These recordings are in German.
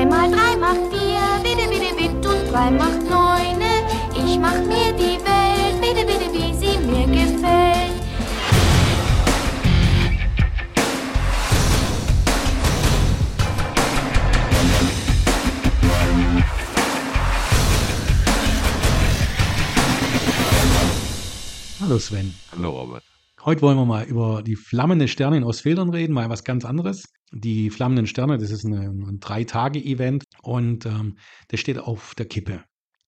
3 mal 3 macht 4, bitte, bitte, bitte, und 3 macht 9. Ich mach mir die Welt, bitte, bitte, wie sie mir gefällt. Hallo Sven. Hallo Robert. Heute wollen wir mal über die flammenden Sterne in Ostfildern reden, mal was ganz anderes. Die flammenden Sterne, das ist ein 3-Tage-Event und das steht auf der Kippe.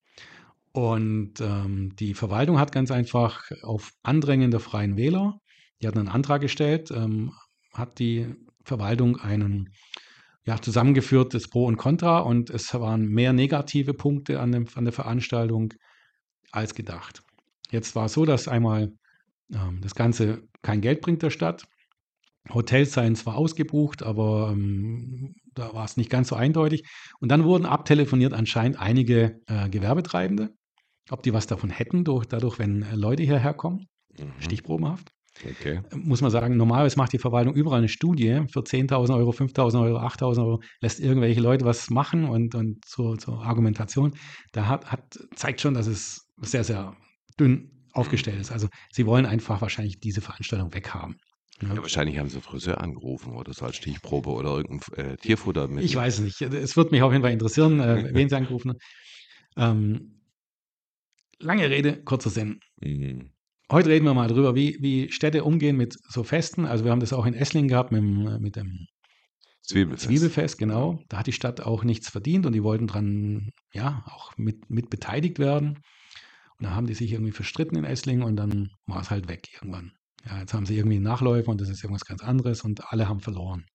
Und die Verwaltung hat ganz einfach auf Andrängen der Freien Wähler, die hatten einen Antrag gestellt, hat die Verwaltung zusammengeführt, das Pro und Contra, und es waren mehr negative Punkte an der Veranstaltung als gedacht. Jetzt war es so, dass einmal das Ganze kein Geld bringt der Stadt. Hotels seien zwar ausgebucht, aber da war es nicht ganz so eindeutig. Und dann wurden abtelefoniert anscheinend einige Gewerbetreibende, ob die was davon hätten, dadurch, wenn Leute hierher kommen, stichprobenhaft. Okay. Muss man sagen, normalerweise macht die Verwaltung überall eine Studie für 10.000 Euro, 5.000 Euro, 8.000 Euro, lässt irgendwelche Leute was machen und zur Argumentation. Zeigt schon, dass es sehr, sehr dünn aufgestellt ist. Also sie wollen einfach wahrscheinlich diese Veranstaltung weghaben. Ja, wahrscheinlich haben sie Friseur angerufen oder so als Stichprobe oder irgendein Tierfutter mit. Ich weiß es nicht. Es würde mich auf jeden Fall interessieren, wen sie angerufen haben. Lange Rede, kurzer Sinn. Heute reden wir mal darüber, wie Städte umgehen mit so Festen. Also wir haben das auch in Esslingen gehabt mit dem Zwiebelfest, genau. Da hat die Stadt auch nichts verdient und die wollten dran auch mit beteiligt werden. Und da haben die sich irgendwie verstritten in Esslingen und dann war es halt weg irgendwann. Ja, jetzt haben sie irgendwie einen Nachläufer und das ist irgendwas ganz anderes und alle haben verloren.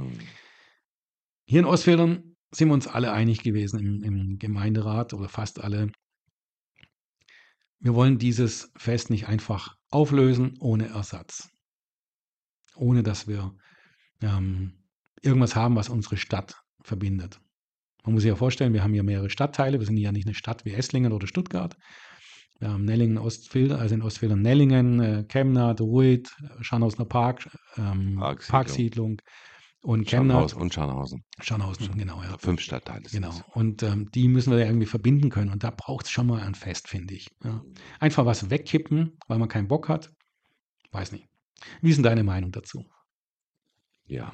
Hier in Ostfildern sind wir uns alle einig gewesen im Gemeinderat oder fast alle. Wir wollen dieses Fest nicht einfach auflösen ohne Ersatz. Ohne dass wir irgendwas haben, was unsere Stadt verbindet. Man muss sich ja vorstellen, wir haben hier mehrere Stadtteile. Wir sind ja nicht eine Stadt wie Esslingen oder Stuttgart. Wir haben Nellingen, Ostfildern, also in Ostfildern Nellingen, Kemnath, Ruid, Scharnhausener Park, Parksiedlung und Kemnath. Und Scharnhausen. Scharnhausen, genau, ja. 5 Stadtteile. Genau. Und die müssen wir ja irgendwie verbinden können. Und da braucht es schon mal ein Fest, finde ich. Ja. Einfach was wegkippen, weil man keinen Bock hat. Weiß nicht. Wie ist denn deine Meinung dazu? Ja.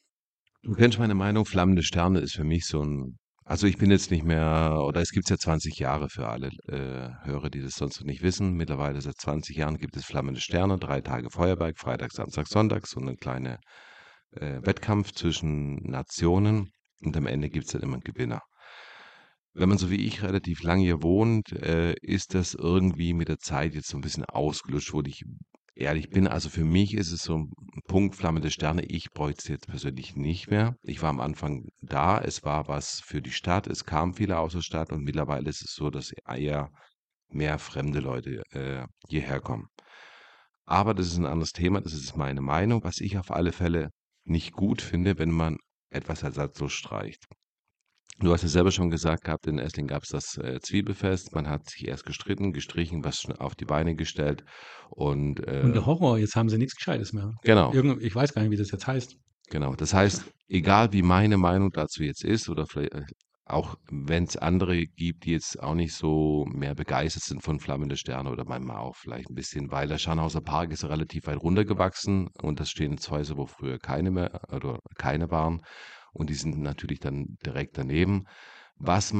Du kennst meine Meinung, Flammende Sterne ist für mich so ein. Also ich bin jetzt nicht mehr, oder es gibt es ja 20 Jahre für alle Hörer, die das sonst noch nicht wissen. Mittlerweile seit 20 Jahren gibt es Flammende Sterne, 3 Tage Feuerwerk, Freitag, Samstag, Sonntag, so eine kleine Wettkampf zwischen Nationen und am Ende gibt es dann immer einen Gewinner. Wenn man so wie ich relativ lange hier wohnt, ist das irgendwie mit der Zeit jetzt so ein bisschen ausgelutscht, wo ich ehrlich bin. Also für mich ist es so ein Punkt Flammende Sterne. Ich bräuchte es jetzt persönlich nicht mehr. Ich war am Anfang da. Es war was für die Stadt. Es kamen viele aus der Stadt und mittlerweile ist es so, dass eher mehr fremde Leute hierher kommen. Aber das ist ein anderes Thema. Das ist meine Meinung. Was ich auf alle Fälle nicht gut finde, wenn man etwas ersatzlos streicht. Du hast ja selber schon gesagt gehabt, in Esslingen gab es das Zwiebelfest. Man hat sich erst gestritten, gestrichen, was auf die Beine gestellt. Und der Horror, jetzt haben sie nichts Gescheites mehr. Genau. Ich weiß gar nicht, wie das jetzt heißt. Genau. Das heißt, egal wie meine Meinung dazu jetzt ist, oder vielleicht auch wenn es andere gibt, die jetzt auch nicht so mehr begeistert sind von Flammende Sterne oder manchmal auch vielleicht ein bisschen, weil der Scharnhauser Park ist relativ weit runtergewachsen und das stehen jetzt Häuser, wo früher keine mehr oder keine waren. Und die sind natürlich dann direkt daneben. Dass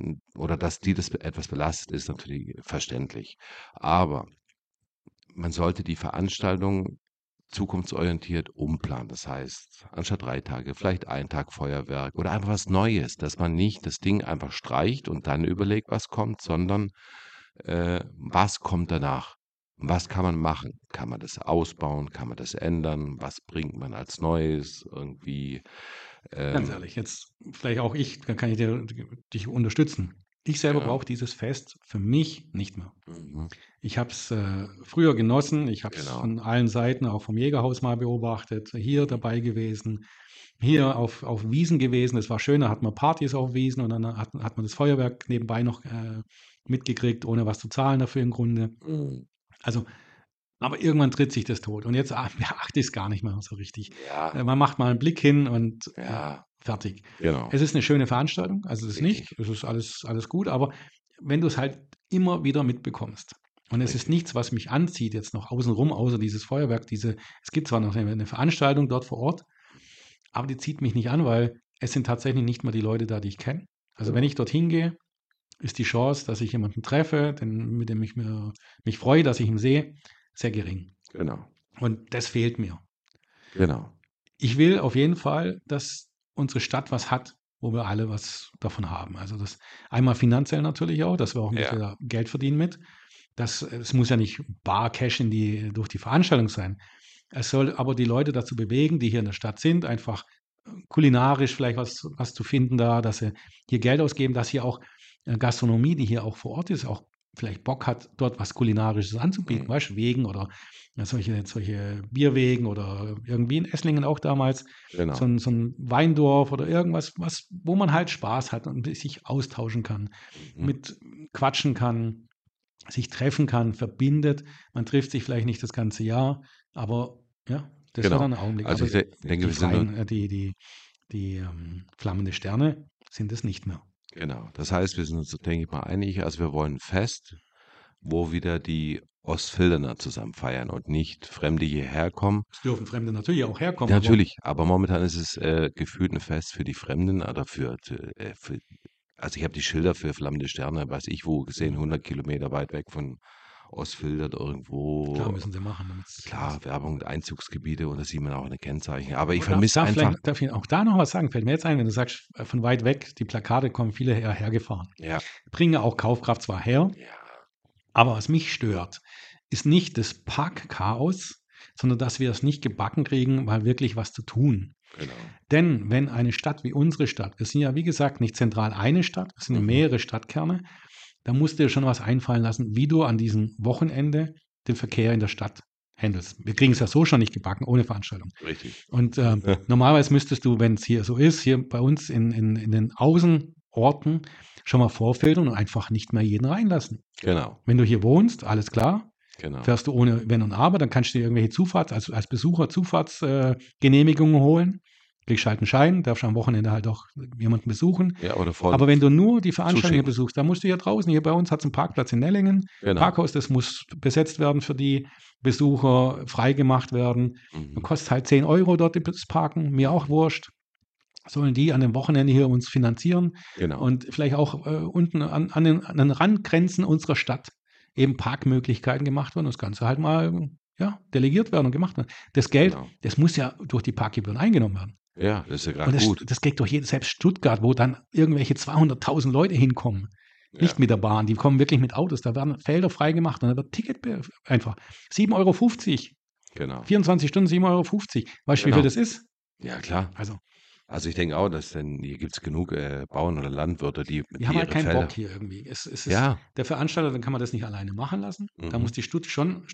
die das etwas belastet, ist natürlich verständlich. Aber man sollte die Veranstaltung zukunftsorientiert umplanen. Das heißt, anstatt 3 Tage, vielleicht 1 Tag Feuerwerk oder einfach was Neues, dass man nicht das Ding einfach streicht und dann überlegt, was kommt, sondern was kommt danach? Was kann man machen? Kann man das ausbauen? Kann man das ändern? Was bringt man als Neues? Irgendwie. Ganz ehrlich, jetzt vielleicht auch dann kann ich dich unterstützen. Ich selber brauche dieses Fest für mich nicht mehr. Ich habe es früher genossen, ich habe es von allen Seiten, auch vom Jägerhaus mal beobachtet, hier dabei gewesen, hier auf Wiesen gewesen. Es war schön, da hat man Partys auf Wiesen und dann hat man das Feuerwerk nebenbei noch mitgekriegt, ohne was zu zahlen dafür im Grunde. Also, aber irgendwann tritt sich das tot und jetzt beachte ich es gar nicht mehr so richtig. Ja. Man macht mal einen Blick hin und Fertig. Genau. Es ist eine schöne Veranstaltung, also es ist Richtig. nicht, es ist alles gut, aber wenn du es halt immer wieder mitbekommst und es ist Richtig. nichts, was mich anzieht jetzt noch außenrum, außer dieses Feuerwerk, es gibt zwar noch eine Veranstaltung dort vor Ort, aber die zieht mich nicht an, weil es sind tatsächlich nicht mehr die Leute da, die ich kenne. Also wenn Genau. ich dorthin gehe, ist die Chance, dass ich jemanden treffe, mit dem ich mich freue, dass ich ihn sehe, sehr gering. Genau. Und das fehlt mir. Genau. Ich will auf jeden Fall, dass unsere Stadt was hat, wo wir alle was davon haben. Also das einmal finanziell natürlich auch, dass wir auch ein Ja. bisschen Geld verdienen mit. Es muss ja nicht bar Cash durch die Veranstaltung sein. Es soll aber die Leute dazu bewegen, die hier in der Stadt sind, einfach kulinarisch vielleicht was zu finden da, dass sie hier Geld ausgeben, dass hier auch Gastronomie, die hier auch vor Ort ist, auch vielleicht Bock hat, dort was Kulinarisches anzubieten, weißt du, Wegen oder solche Bierwegen oder irgendwie in Esslingen auch damals Genau. so ein Weindorf oder irgendwas, wo man halt Spaß hat und sich austauschen kann, mit quatschen kann, sich treffen kann, verbindet. Man trifft sich vielleicht nicht das ganze Jahr, aber ja, das Genau. war dann ein Augenblick. Also Aber ich denke, die wir sind nur, freien, die flammende Sterne sind es nicht mehr. genau. Das heißt, wir sind uns, denke ich mal, einig. Also wir wollen ein Fest, wo wieder die Ostfilderner zusammen feiern und nicht Fremde hierher kommen. Es dürfen Fremde natürlich auch herkommen. Natürlich, aber momentan ist es gefühlt ein Fest für die Fremden oder also ich habe die Schilder für flammende Sterne, weiß ich wo, gesehen, 100 Kilometer weit weg von Ostfildern irgendwo. Klar müssen sie machen. damit's- Klar, Werbung, Einzugsgebiete und da sieht man auch eine Kennzeichen. Aber ich Aber vermisse einfach, darf ich auch da noch was sagen? Fällt mir jetzt ein, wenn du sagst, von weit weg, die Plakate kommen viele hergefahren. ja, Bringen auch Kaufkraft zwar her, ja, aber was mich stört, ist nicht das Parkchaos, sondern dass wir es nicht gebacken kriegen, mal wirklich was zu tun. genau. Denn wenn eine Stadt wie unsere Stadt, wir sind ja wie gesagt nicht zentral eine Stadt, es sind mehrere Stadtkerne, da musst du dir schon was einfallen lassen, wie du an diesem Wochenende den Verkehr in der Stadt handelst. Wir kriegen es ja so schon nicht gebacken, ohne Veranstaltung. Richtig. Und normalerweise müsstest du, wenn es hier so ist, hier bei uns in den Außenorten schon mal vorfiltern und einfach nicht mehr jeden reinlassen. Genau, Wenn du hier wohnst, alles klar, genau. fährst du ohne Wenn und Aber, dann kannst du dir irgendwelche als Besucher Zufahrtsgenehmigungen holen. Kriegst halt einen Schein, darfst am Wochenende halt auch jemanden besuchen. Ja, oder von, Aber wenn du nur die Veranstaltung hier zuschicken. besuchst, dann musst du hier draußen, hier bei uns hat es einen Parkplatz in Nellingen, Genau. Parkhaus, das muss besetzt werden für die Besucher, freigemacht werden. Mhm. Kostet halt 10 Euro dort das Parken, mir auch wurscht. Sollen die an dem Wochenende hier uns finanzieren Genau. und vielleicht auch unten an den Randgrenzen unserer Stadt eben Parkmöglichkeiten gemacht werden und das Ganze halt mal delegiert werden und gemacht werden. Das Geld, Genau. das muss ja durch die Parkgebühren eingenommen werden. Ja, das ist ja Und gerade gut. das geht durch selbst Stuttgart, wo dann irgendwelche 200.000 Leute hinkommen. Nicht Ja. mit der Bahn, die kommen wirklich mit Autos. Da werden Felder freigemacht und da wird Ticket einfach 7,50 Euro. Genau. 24 Stunden 7,50 Euro. Weißt du, wie Genau. viel das ist? Ja, klar. Also, Ich denke auch, dass hier gibt es genug Bauern oder Landwirte, die wir haben halt ihre keinen Felder. Bock hier irgendwie. Es ist Ja, der Veranstalter, dann kann man das nicht alleine machen lassen. Da Mhm. muss die Stadt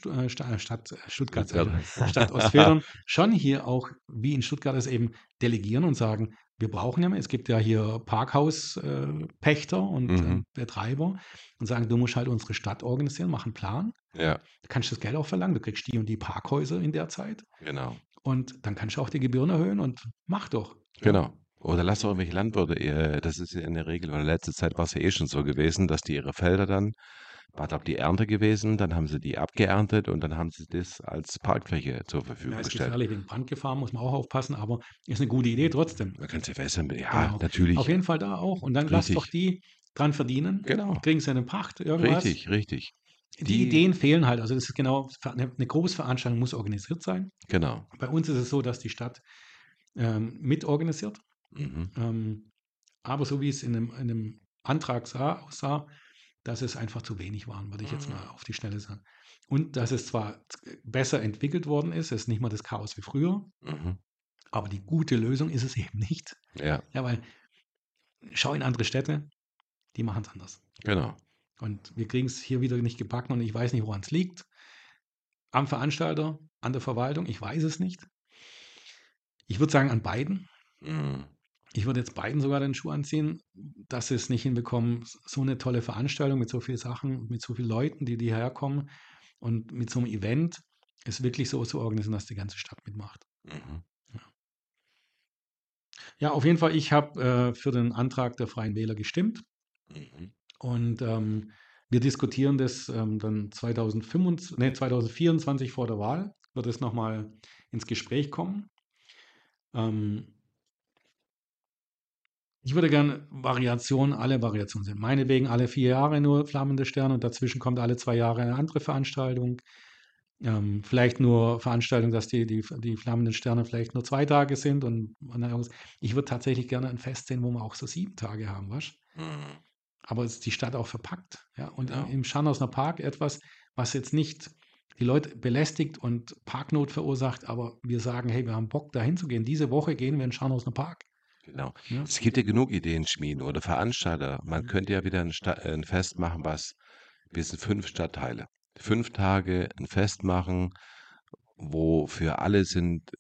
Stuttgart, Stuttgart. Stadt Ostfildern schon hier auch, wie in Stuttgart, es eben delegieren und sagen, wir brauchen ja mehr. Es gibt ja hier Parkhauspächter und Mhm. Betreiber und sagen, du musst halt unsere Stadt organisieren, mach einen Plan. Ja, Du kannst das Geld auch verlangen, du kriegst die und die Parkhäuser in der Zeit genau. und dann kannst du auch die Gebühren erhöhen und mach doch. Genau. Oder lass doch irgendwelche Landwirte, das ist ja in der Regel, oder letzte Zeit war es ja eh schon so gewesen, dass die ihre Felder dann, war glaube die Ernte gewesen, dann haben sie die abgeerntet und dann haben sie das als Parkfläche zur Ja, Verfügung ist gestellt. gefährlich wegen Brandgefahr, muss man auch aufpassen, aber ist eine gute Idee trotzdem. Man kann es ja wässern. Ja, Genau. natürlich. Auf jeden Fall da auch. Und dann lass Richtig. doch die dran verdienen. Genau. Kriegen sie eine Pacht, irgendwas. Richtig, richtig. Die Ideen fehlen halt. Also das ist genau, eine Großveranstaltung muss organisiert sein. Genau. Bei uns ist es so, dass die Stadt mitorganisiert. Mhm. Aber so wie es in einem Antrag aussah, dass es einfach zu wenig waren, würde ich jetzt mal auf die Schnelle sagen. Und dass es zwar besser entwickelt worden ist, es ist nicht mehr das Chaos wie früher, Mhm. aber die gute Lösung ist es eben nicht. Ja, Ja, weil schau in andere Städte, die machen es anders. genau. Und wir kriegen es hier wieder nicht gebacken und ich weiß nicht, woran es liegt. Am Veranstalter, an der Verwaltung, ich weiß es nicht. Ich würde sagen, an beiden. Mhm. Ich würde jetzt beiden sogar den Schuh anziehen, dass sie es nicht hinbekommen, so eine tolle Veranstaltung mit so vielen Sachen, mit so vielen Leuten, die herkommen und mit so einem Event, es wirklich so zu organisieren, dass die ganze Stadt mitmacht. Mhm. Ja, auf jeden Fall, ich habe für den Antrag der Freien Wähler gestimmt Mhm. und wir diskutieren das dann 2024 vor der Wahl, wird es nochmal ins Gespräch kommen. Ich würde gerne alle Variationen sehen. Meinetwegen alle 4 Jahre nur flammende Sterne und dazwischen kommt alle 2 Jahre eine andere Veranstaltung. Vielleicht nur Veranstaltung, dass die flammenden Sterne vielleicht nur 2 Tage sind und irgendwas. Ich würde tatsächlich gerne ein Fest sehen, wo wir auch so 7 Tage haben, weißt? Mhm. Aber es ist die Stadt auch verpackt. Ja? Und Genau. im Scharnhausener Park etwas, was jetzt nicht die Leute belästigt und Parknot verursacht, aber wir sagen, hey, wir haben Bock, da hinzugehen. Diese Woche gehen wir in den Scharnhausener Park. Genau. Ja? Es gibt ja genug Ideen, Schmieden oder Veranstalter. Man Mhm. könnte ja wieder ein Fest machen, wir sind 5 Stadtteile. 5 Tage ein Fest machen, wo für alle sind,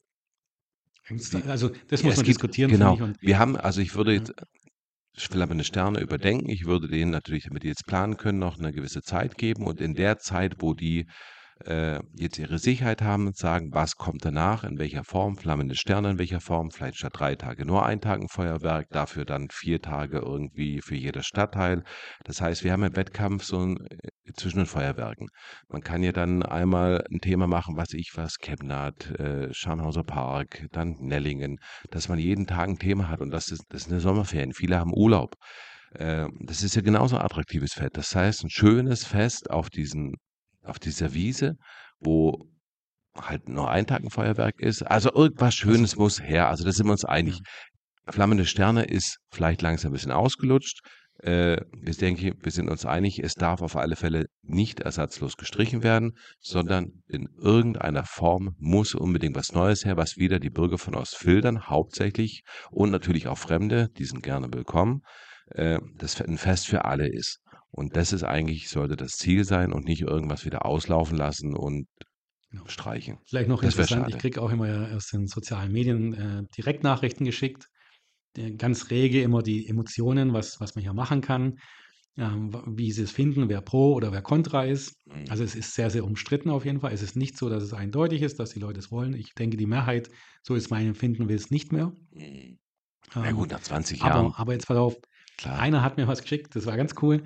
Also das ja, muss es man gibt, diskutieren, finde genau, ich. Und also ich würde ja, jetzt flammende Sterne überdenken. Ich würde denen natürlich, damit die jetzt planen können, noch eine gewisse Zeit geben und in der Zeit, wo die jetzt ihre Sicherheit haben, sagen, was kommt danach, in welcher Form, flammende Sterne in welcher Form, vielleicht statt 3 Tage nur 1 Tag ein Feuerwerk, dafür dann 4 Tage irgendwie für jedes Stadtteil. Das heißt, wir haben einen Wettkampf zwischen den Feuerwerken. Man kann ja dann einmal ein Thema machen, was Kemnath, Scharnhauser Park, dann Nellingen, dass man jeden Tag ein Thema hat und das ist eine Sommerferien. Viele haben Urlaub. Das ist ja genauso ein attraktives Fest. Das heißt, ein schönes Fest auf dieser Wiese, wo halt nur 1 Tag ein Feuerwerk ist. Also irgendwas also Schönes muss her. Also da sind wir uns einig. ja, Flammende Sterne ist vielleicht langsam ein bisschen ausgelutscht. Ich denke, wir sind uns einig, es darf auf alle Fälle nicht ersatzlos gestrichen werden, sondern in irgendeiner Form muss unbedingt was Neues her, was wieder die Bürger von Ostfildern hauptsächlich und natürlich auch Fremde, die sind gerne willkommen, das ein Fest für alle ist. Und das ist eigentlich, sollte das Ziel sein und nicht irgendwas wieder auslaufen lassen und genau. streichen. Vielleicht noch Das wäre interessant, ich schade. kriege auch immer aus den sozialen Medien Direktnachrichten geschickt, ganz rege immer die Emotionen, was man hier machen kann, wie sie es finden, wer pro oder wer contra ist. Also es ist sehr, sehr umstritten auf jeden Fall. Es ist nicht so, dass es eindeutig ist, dass die Leute es wollen. Ich denke, die Mehrheit, so ist mein Empfinden, will es nicht mehr. Na gut, nach 20 aber, Jahren, aber jetzt pass auf, klar. einer hat mir was geschickt, das war ganz cool.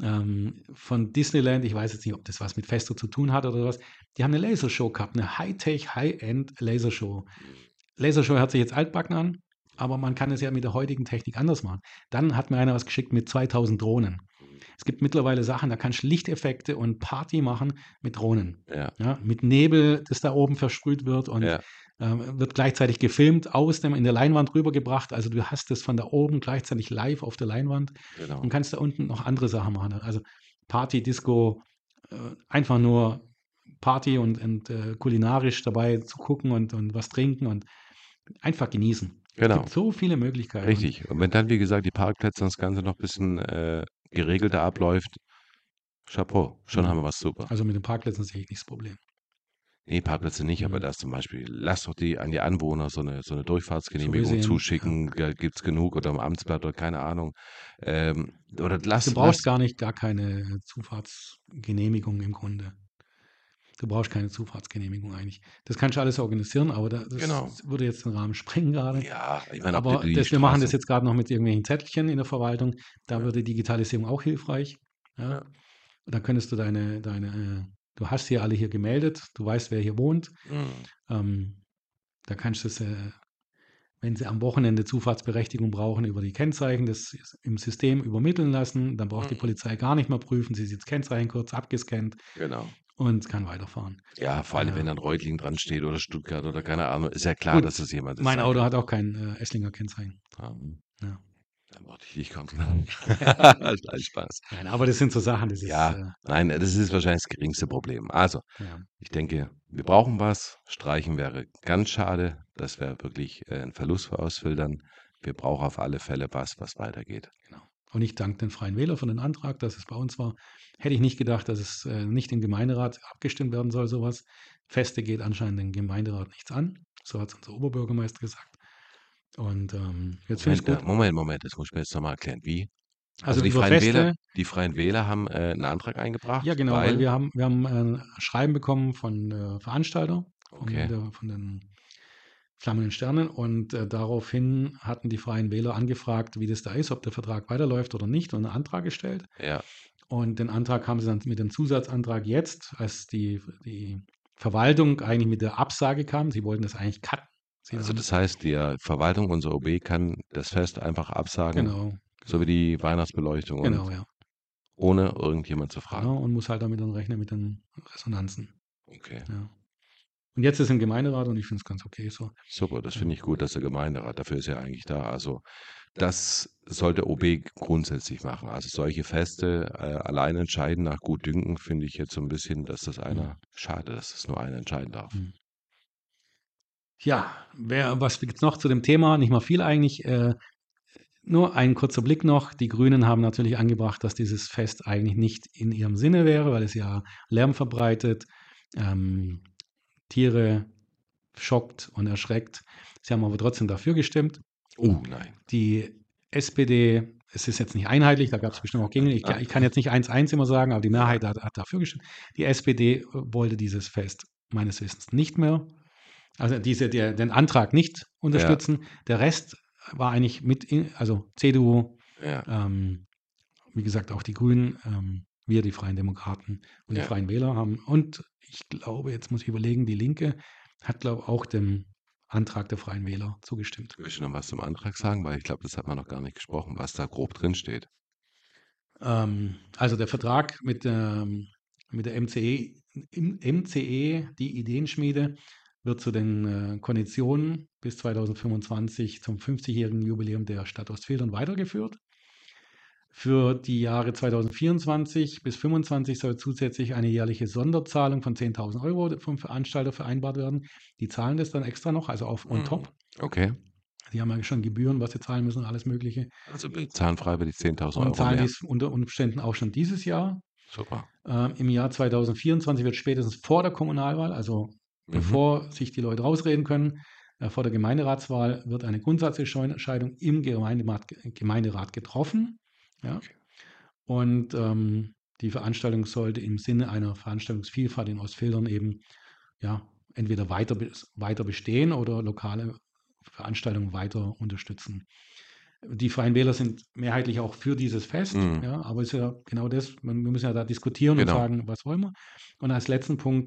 Von Disneyland, ich weiß jetzt nicht, ob das was mit Festo zu tun hat oder was. Die haben eine Lasershow gehabt, eine Hightech, High-End Lasershow. Lasershow hört sich jetzt altbacken an, aber man kann es ja mit der heutigen Technik anders machen. Dann hat mir einer was geschickt mit 2000 Drohnen. Es gibt mittlerweile Sachen, da kannst du Lichteffekte und Party machen mit Drohnen. Ja, Ja, mit Nebel, das da oben versprüht wird und ja, wird gleichzeitig gefilmt, in der Leinwand rübergebracht. Also du hast es von da oben gleichzeitig live auf der Leinwand genau. und kannst da unten noch andere Sachen machen. Also Party, Disco, einfach nur Party und kulinarisch dabei zu gucken und was trinken und einfach genießen. Es Genau, gibt so viele Möglichkeiten. Und richtig. Und wenn dann, wie gesagt, die Parkplätze und das Ganze noch ein bisschen geregelter abläuft, Chapeau, schon haben wir was super. also mit den Parkplätzen sehe ich nicht das Problem. Nee, Parkplätze nicht, aber Mhm. das zum Beispiel, lass doch an die Anwohner so eine Durchfahrtsgenehmigung gesehen, zuschicken, gibt es genug oder im Amtsblatt oder keine Ahnung. Oder Du brauchst gar keine Zufahrtsgenehmigung im Grunde. Du brauchst keine Zufahrtsgenehmigung eigentlich. Das kannst du alles organisieren, aber das Genau. würde jetzt den Rahmen sprengen gerade. Ja, ich meine, Aber die wir machen das Straße. jetzt gerade noch mit irgendwelchen Zettelchen in der Verwaltung. Da Ja. würde Digitalisierung auch hilfreich. Ja. Ja. Und dann könntest du du hast hier alle hier gemeldet, du weißt, wer hier wohnt. Da kannst du es, wenn sie am Wochenende Zufahrtsberechtigung brauchen, über die Kennzeichen das im System übermitteln lassen. Dann braucht die Polizei gar nicht mehr prüfen. Sie sieht das Kennzeichen kurz abgescannt Genau. und kann weiterfahren. Ja, vor allem, Ja. wenn dann Reutling dran steht oder Stuttgart oder keine Ahnung, ist ja klar, Gut, dass es jemand ist. mein Auto hat auch kein Esslinger Kennzeichen. Ja. Dann wollte ich dich kontrollieren. Alles Spaß. Nein, aber das sind so Sachen, das ist. Ja, nein, das ist wahrscheinlich das geringste Problem. Also, Ja. ich denke, wir brauchen was. Streichen wäre ganz schade. Das wäre wirklich ein Verlust für Ausfildern. Wir brauchen auf alle Fälle was weitergeht. Genau. Und ich danke den Freien Wähler für den Antrag, dass es bei uns war. Hätte ich nicht gedacht, dass es nicht im Gemeinderat abgestimmt werden soll, sowas. Feste geht anscheinend dem Gemeinderat nichts an. So hat es unser Oberbürgermeister gesagt. Und jetzt finde ich es gut. Moment, das muss ich mir jetzt nochmal erklären. Wie? Also die über Freien Wähler haben einen Antrag eingebracht, Ja, genau, weil wir haben ein Schreiben bekommen von Veranstalter, Okay. von den Flammen und Sternen. Und daraufhin hatten die Freien Wähler angefragt, wie das da ist, ob der Vertrag weiterläuft oder nicht, und einen Antrag gestellt. Ja. Und den Antrag haben sie dann mit dem Zusatzantrag jetzt, als die Verwaltung eigentlich mit der Absage kam. Sie wollten das eigentlich cutten. Also das heißt, die Verwaltung, unser OB, kann das Fest einfach absagen, Genau. so wie die Weihnachtsbeleuchtung, Genau, und ja. ohne irgendjemand zu fragen. Genau, und muss halt damit dann rechnen mit den Resonanzen. Okay, Ja. Und jetzt ist im Gemeinderat und ich finde es ganz okay so. super, das finde ich gut, dass der Gemeinderat, dafür ist ja eigentlich da. Also das sollte OB grundsätzlich machen. Also solche Feste allein entscheiden nach Gutdünken, finde ich jetzt so ein bisschen, dass das schade, dass das nur einer entscheiden darf. Ja, was gibt es noch zu dem Thema? Nicht mal viel eigentlich. Nur ein kurzer Blick noch. Die Grünen haben natürlich angebracht, dass dieses Fest eigentlich nicht in ihrem Sinne wäre, weil es ja Lärm verbreitet, Tiere schockt und erschreckt. Sie haben aber trotzdem dafür gestimmt. Nein. Die SPD, es ist jetzt nicht einheitlich, da gab es bestimmt auch Gegner. Ich kann jetzt nicht 1-1 immer sagen, aber die Mehrheit hat dafür gestimmt. Die SPD wollte dieses Fest meines Wissens nicht mehr, also den Antrag nicht unterstützen. Der Rest war eigentlich also CDU, wie gesagt auch die Grünen, wir die Freien Demokraten und die Freien Wähler haben. Und ich glaube, jetzt muss ich überlegen, die Linke hat, glaube ich, auch dem Antrag der Freien Wähler zugestimmt. Willst du noch was zum Antrag sagen? Weil ich glaube, das hat man noch gar nicht gesprochen, was da grob drin steht. Also der Vertrag mit der MCE, die Ideenschmiede, wird zu den Konditionen bis 2025 zum 50-jährigen Jubiläum der Stadt Ostfildern weitergeführt. Für die Jahre 2024 bis 2025 soll zusätzlich eine jährliche Sonderzahlung von 10.000 Euro vom Veranstalter vereinbart werden. Die zahlen das dann extra noch, also auf on top. Okay. Die haben ja schon Gebühren, was sie zahlen müssen, alles Mögliche. Also zahlen freiwillig 10.000 Euro Und zahlen mehr. dies unter Umständen auch schon dieses Jahr. Super. Im Jahr 2024 wird spätestens vor der Kommunalwahl, also bevor sich die Leute rausreden können, vor der Gemeinderatswahl, wird eine Grundsatzentscheidung im Gemeinderat getroffen. Ja? Okay. Und die Veranstaltung sollte im Sinne einer Veranstaltungsvielfalt in Ostfildern eben entweder weiter bestehen oder lokale Veranstaltungen weiter unterstützen. Die Freien Wähler sind mehrheitlich auch für dieses Fest, aber es ist ja genau das, wir müssen ja da diskutieren und sagen, was wollen wir. Und als letzten Punkt,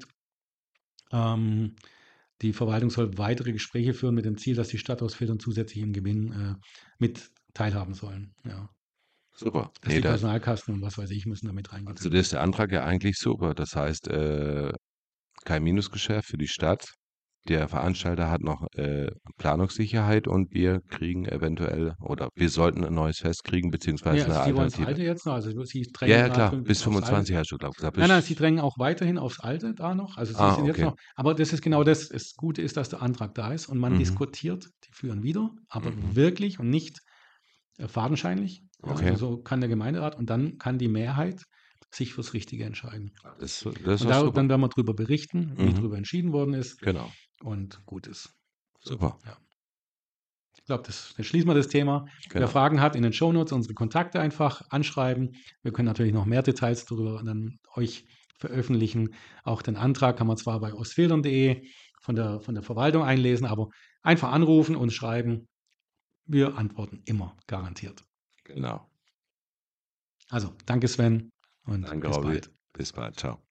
die Verwaltung soll weitere Gespräche führen mit dem Ziel, dass die Stadt Ostfildern zusätzlich im Gewinn mit teilhaben sollen. Ja. Super. Dass die Personalkasten und was weiß ich müssen damit reingehen. Also das ist der Antrag ja eigentlich super. Das heißt, kein Minusgeschäft für die Stadt. Der Veranstalter hat noch Planungssicherheit und wir kriegen eventuell oder wir sollten ein neues Fest kriegen, beziehungsweise eine Sie wollen das Alternative. Alte jetzt noch, also sie drängen Ja, klar, gerade bis aufs 25 Alte. hast du, glaube ich, gesagt. Nein, sie drängen auch weiterhin aufs Alte da noch. Also sie sind jetzt okay. noch, aber das ist genau das. Das Gute ist, dass der Antrag da ist und man diskutiert die führen wieder, aber wirklich und nicht fadenscheinlich. Ja, Okay. also so kann der Gemeinderat und dann kann die Mehrheit sich fürs Richtige entscheiden. Das Und ist auch super. dann werden wir darüber berichten, wie darüber entschieden worden ist Genau. und gut ist. Super. Ja. Ich glaube, dann schließen wir das Thema. Wer Genau. Fragen hat, in den Shownotes unsere Kontakte einfach anschreiben. Wir können natürlich noch mehr Details darüber dann euch veröffentlichen. Auch den Antrag kann man zwar bei ostfildern.de von der Verwaltung einlesen, aber einfach anrufen und schreiben. Wir antworten immer, garantiert. Genau. Also, danke Sven und Danke, bis Robby. bald. Bis bald. Ciao.